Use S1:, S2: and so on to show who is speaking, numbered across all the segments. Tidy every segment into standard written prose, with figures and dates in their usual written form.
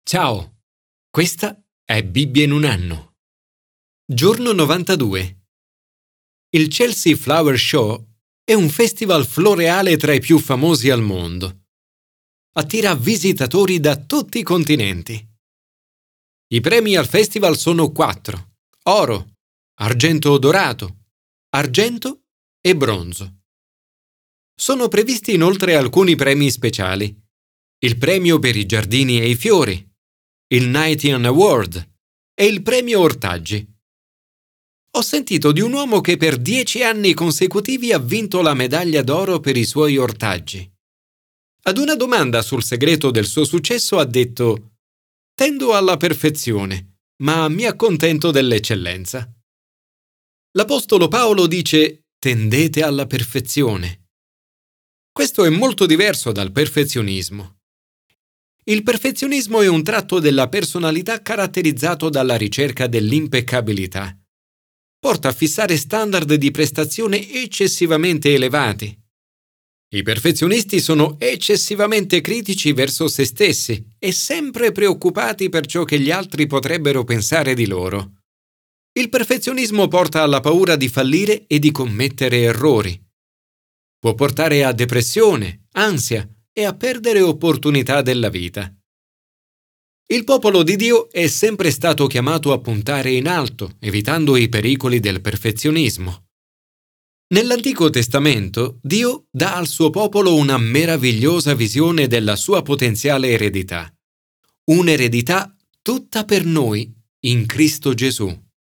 S1: Ciao, questa è Bibbia in un anno. Giorno 92. Il Chelsea Flower Show è un festival floreale tra i più famosi al mondo. Attira visitatori da tutti i continenti. I premi al festival sono 4: oro, argento dorato, argento e bronzo. Sono previsti inoltre alcuni premi speciali: il premio per i giardini e i fiori, il Nightingale Award e il premio ortaggi. Ho sentito di un uomo che per 10 anni consecutivi ha vinto la medaglia d'oro per i suoi ortaggi. Ad una domanda sul segreto del suo successo ha detto: «Tendo alla perfezione, ma mi accontento dell'eccellenza». L'Apostolo Paolo dice: «Tendete alla perfezione». Questo è molto diverso dal perfezionismo. Il perfezionismo è un tratto della personalità caratterizzato dalla ricerca dell'impeccabilità. Porta a fissare standard di prestazione eccessivamente elevati. I perfezionisti sono eccessivamente critici verso se stessi e sempre preoccupati per ciò che gli altri potrebbero pensare di loro. Il perfezionismo porta alla paura di fallire e di commettere errori. Può portare a depressione, ansia e a perdere opportunità della vita. Il popolo di Dio è sempre stato chiamato a puntare in alto, evitando i pericoli del perfezionismo. Nell'Antico Testamento, Dio dà al suo popolo una meravigliosa visione della sua potenziale eredità. Un'eredità tutta per noi, in Cristo Gesù.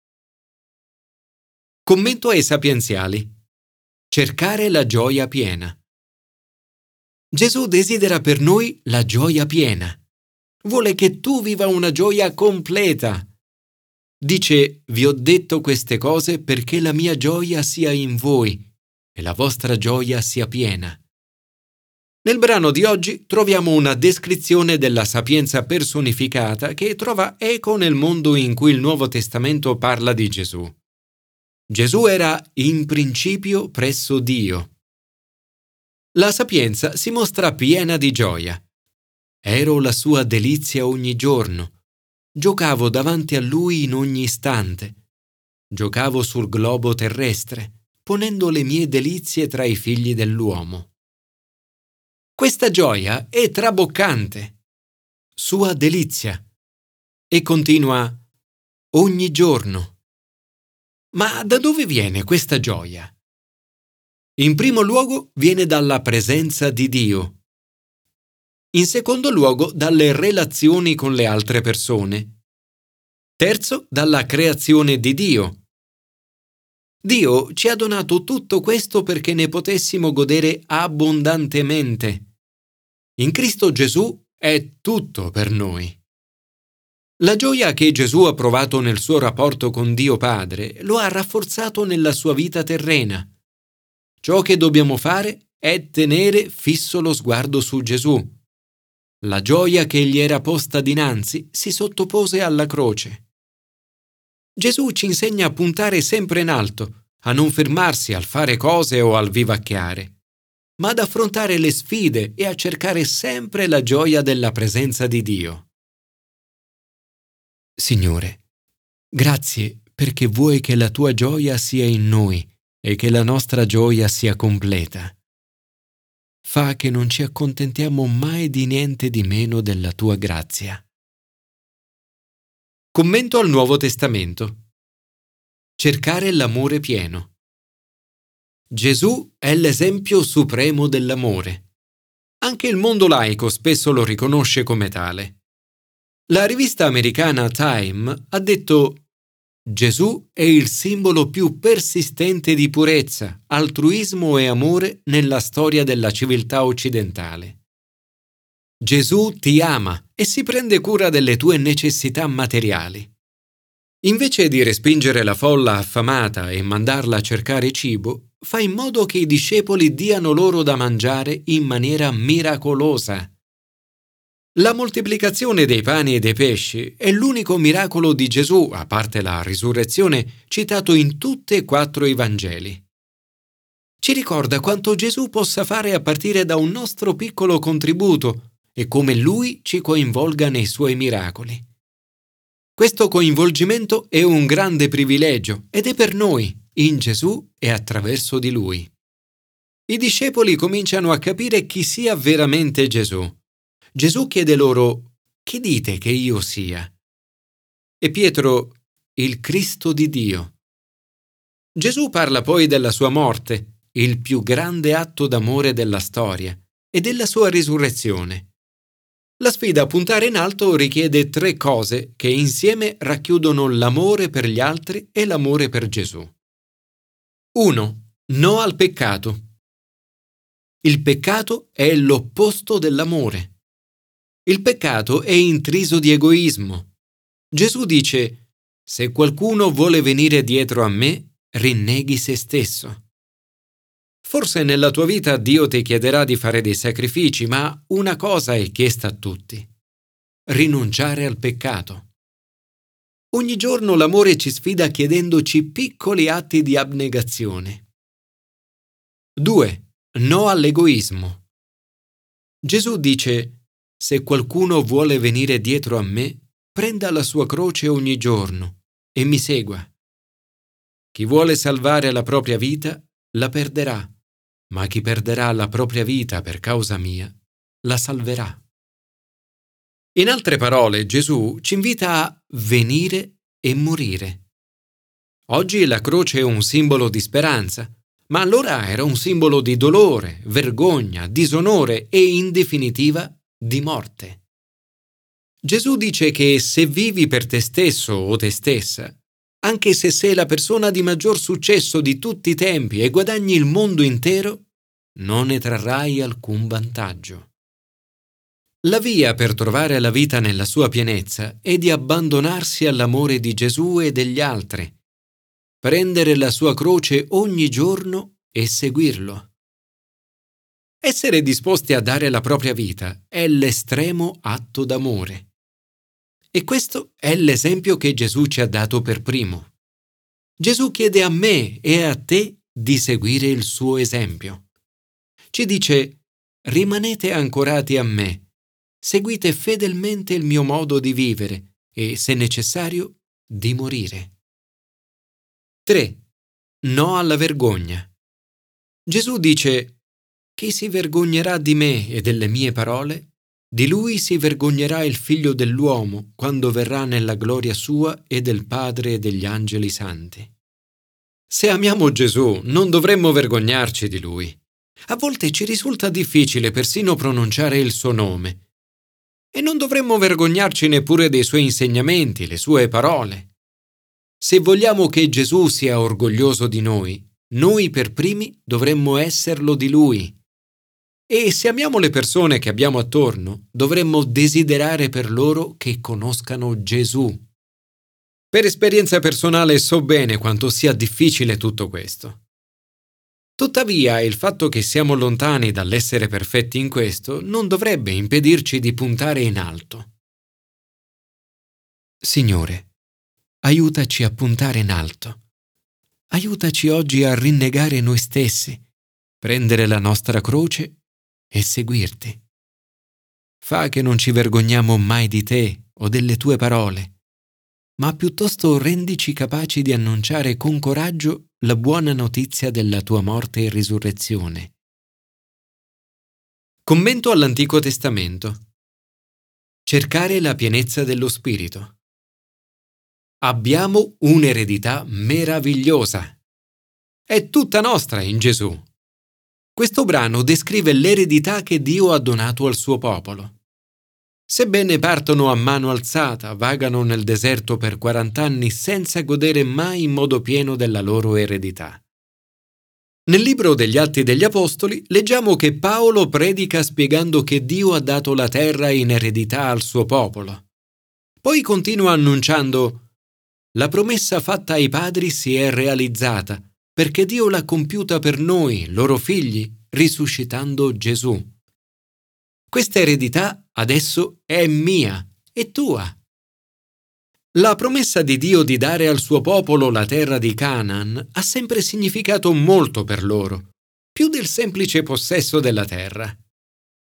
S1: Commento ai sapienziali. Cercare la gioia piena. Gesù desidera per noi la gioia piena. Vuole che tu viva una gioia completa. Dice: «Vi ho detto queste cose perché la mia gioia sia in voi e la vostra gioia sia piena». Nel brano di oggi troviamo una descrizione della sapienza personificata che trova eco nel mondo in cui il Nuovo Testamento parla di Gesù. Gesù era in principio presso Dio. La sapienza si mostra piena di gioia. Ero la sua delizia ogni giorno. Giocavo davanti a lui in ogni istante. Giocavo sul globo terrestre, ponendo le mie delizie tra i figli dell'uomo. Questa gioia è traboccante. Sua delizia. E continua: ogni giorno. Ma da dove viene questa gioia? In primo luogo viene dalla presenza di Dio. In secondo luogo dalle relazioni con le altre persone. Terzo, dalla creazione di Dio. Dio ci ha donato tutto questo perché ne potessimo godere abbondantemente. In Cristo Gesù è tutto per noi. La gioia che Gesù ha provato nel suo rapporto con Dio Padre lo ha rafforzato nella sua vita terrena. Ciò che dobbiamo fare è tenere fisso lo sguardo su Gesù. La gioia che gli era posta dinanzi si sottopose alla croce. Gesù ci insegna a puntare sempre in alto, a non fermarsi al fare cose o al vivacchiare, ma ad affrontare le sfide e a cercare sempre la gioia della presenza di Dio. Signore, grazie perché vuoi che la tua gioia sia in noi e che la nostra gioia sia completa. Fa che non ci accontentiamo mai di niente di meno della tua grazia. Commento al Nuovo Testamento. Cercare l'amore pieno. Gesù è l'esempio supremo dell'amore. Anche il mondo laico spesso lo riconosce come tale. La rivista americana Time ha detto: Gesù è il simbolo più persistente di purezza, altruismo e amore nella storia della civiltà occidentale. Gesù ti ama e si prende cura delle tue necessità materiali. Invece di respingere la folla affamata e mandarla a cercare cibo, fa in modo che i discepoli diano loro da mangiare in maniera miracolosa. La moltiplicazione dei pani e dei pesci è l'unico miracolo di Gesù, a parte la risurrezione, citato in tutte e 4 i Vangeli. Ci ricorda quanto Gesù possa fare a partire da un nostro piccolo contributo e come Lui ci coinvolga nei Suoi miracoli. Questo coinvolgimento è un grande privilegio ed è per noi, in Gesù e attraverso di Lui. I discepoli cominciano a capire chi sia veramente Gesù. Gesù chiede loro: «Chi dite che io sia?» E Pietro: «Il Cristo di Dio». Gesù parla poi della sua morte, il più grande atto d'amore della storia, e della sua risurrezione. La sfida a puntare in alto richiede 3 cose che insieme racchiudono l'amore per gli altri e l'amore per Gesù. 1. No al peccato. Il peccato è l'opposto dell'amore. Il peccato è intriso di egoismo. Gesù dice: «Se qualcuno vuole venire dietro a me, rinneghi se stesso». Forse nella tua vita Dio ti chiederà di fare dei sacrifici, ma una cosa è chiesta a tutti: rinunciare al peccato. Ogni giorno l'amore ci sfida chiedendoci piccoli atti di abnegazione. 2. No all'egoismo. Gesù dice: «Se qualcuno vuole venire dietro a me, prenda la sua croce ogni giorno e mi segua. Chi vuole salvare la propria vita, la perderà. Ma chi perderà la propria vita per causa mia, la salverà». In altre parole, Gesù ci invita a venire e morire. Oggi la croce è un simbolo di speranza, ma allora era un simbolo di dolore, vergogna, disonore e, in definitiva, di morte. Gesù dice che se vivi per te stesso o te stessa, anche se sei la persona di maggior successo di tutti i tempi e guadagni il mondo intero, non ne trarrai alcun vantaggio. La via per trovare la vita nella sua pienezza è di abbandonarsi all'amore di Gesù e degli altri, prendere la sua croce ogni giorno e seguirlo. Essere disposti a dare la propria vita è l'estremo atto d'amore. E questo è l'esempio che Gesù ci ha dato per primo. Gesù chiede a me e a te di seguire il suo esempio. Ci dice: «Rimanete ancorati a me, seguite fedelmente il mio modo di vivere e, se necessario, di morire». 3. No alla vergogna. Gesù dice: «Chi si vergognerà di me e delle mie parole, di lui si vergognerà il Figlio dell'uomo quando verrà nella gloria sua e del Padre e degli angeli santi». Se amiamo Gesù, non dovremmo vergognarci di lui. A volte ci risulta difficile persino pronunciare il suo nome. E non dovremmo vergognarci neppure dei suoi insegnamenti, le sue parole. Se vogliamo che Gesù sia orgoglioso di noi per primi dovremmo esserlo di lui. E se amiamo le persone che abbiamo attorno, dovremmo desiderare per loro che conoscano Gesù. Per esperienza personale so bene quanto sia difficile tutto questo. Tuttavia, il fatto che siamo lontani dall'essere perfetti in questo non dovrebbe impedirci di puntare in alto. Signore, aiutaci a puntare in alto. Aiutaci oggi a rinnegare noi stessi, prendere la nostra croce e seguirti. Fa che non ci vergogniamo mai di te o delle tue parole, ma piuttosto rendici capaci di annunciare con coraggio la buona notizia della tua morte e risurrezione. Commento all'Antico Testamento. Cercare la pienezza dello Spirito. Abbiamo un'eredità meravigliosa. È tutta nostra in Gesù. Questo brano descrive l'eredità che Dio ha donato al suo popolo. Sebbene partono a mano alzata, vagano nel deserto per 40 anni senza godere mai in modo pieno della loro eredità. Nel libro degli Atti degli Apostoli leggiamo che Paolo predica spiegando che Dio ha dato la terra in eredità al suo popolo. Poi continua annunciando: «La promessa fatta ai padri si è realizzata, perché Dio l'ha compiuta per noi, loro figli, risuscitando Gesù. Questa eredità adesso è mia e tua». La promessa di Dio di dare al suo popolo la terra di Canaan ha sempre significato molto per loro, più del semplice possesso della terra.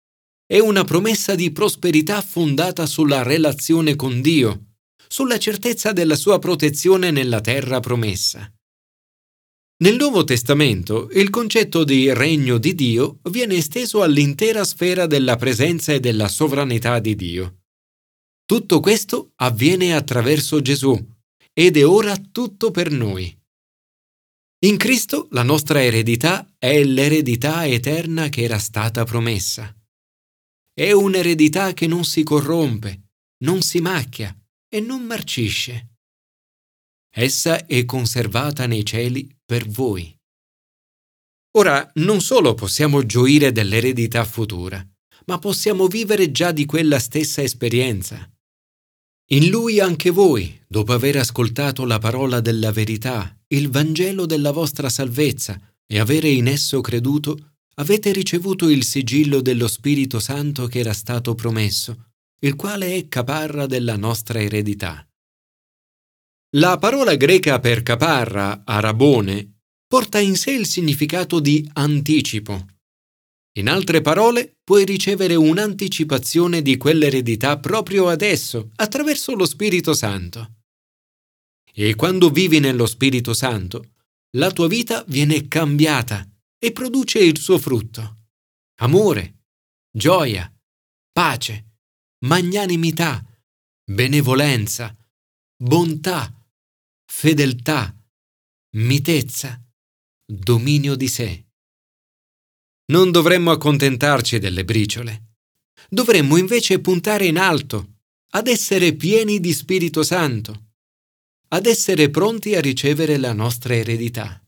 S1: È una promessa di prosperità fondata sulla relazione con Dio, sulla certezza della sua protezione nella terra promessa. Nel Nuovo Testamento il concetto di regno di Dio viene esteso all'intera sfera della presenza e della sovranità di Dio. Tutto questo avviene attraverso Gesù ed è ora tutto per noi. In Cristo la nostra eredità è l'eredità eterna che era stata promessa. È un'eredità che non si corrompe, non si macchia e non marcisce. Essa è conservata nei cieli per voi. Ora, non solo possiamo gioire dell'eredità futura, ma possiamo vivere già di quella stessa esperienza. In Lui anche voi, dopo aver ascoltato la parola della verità, il Vangelo della vostra salvezza, e avere in esso creduto, avete ricevuto il sigillo dello Spirito Santo che era stato promesso, il quale è caparra della nostra eredità. La parola greca per caparra, arabone, porta in sé il significato di anticipo. In altre parole, puoi ricevere un'anticipazione di quell'eredità proprio adesso, attraverso lo Spirito Santo. E quando vivi nello Spirito Santo, la tua vita viene cambiata e produce il suo frutto. Amore, gioia, pace, magnanimità, benevolenza, bontà, fedeltà, mitezza, dominio di sé. Non dovremmo accontentarci delle briciole. Dovremmo invece puntare in alto, ad essere pieni di Spirito Santo, ad essere pronti a ricevere la nostra eredità.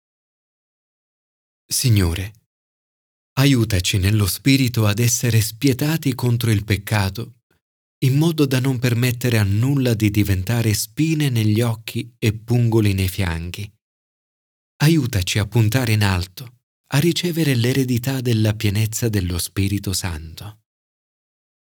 S1: Signore, aiutaci nello Spirito ad essere spietati contro il peccato, in modo da non permettere a nulla di diventare spine negli occhi e pungoli nei fianchi. Aiutaci a puntare in alto, a ricevere l'eredità della pienezza dello Spirito Santo.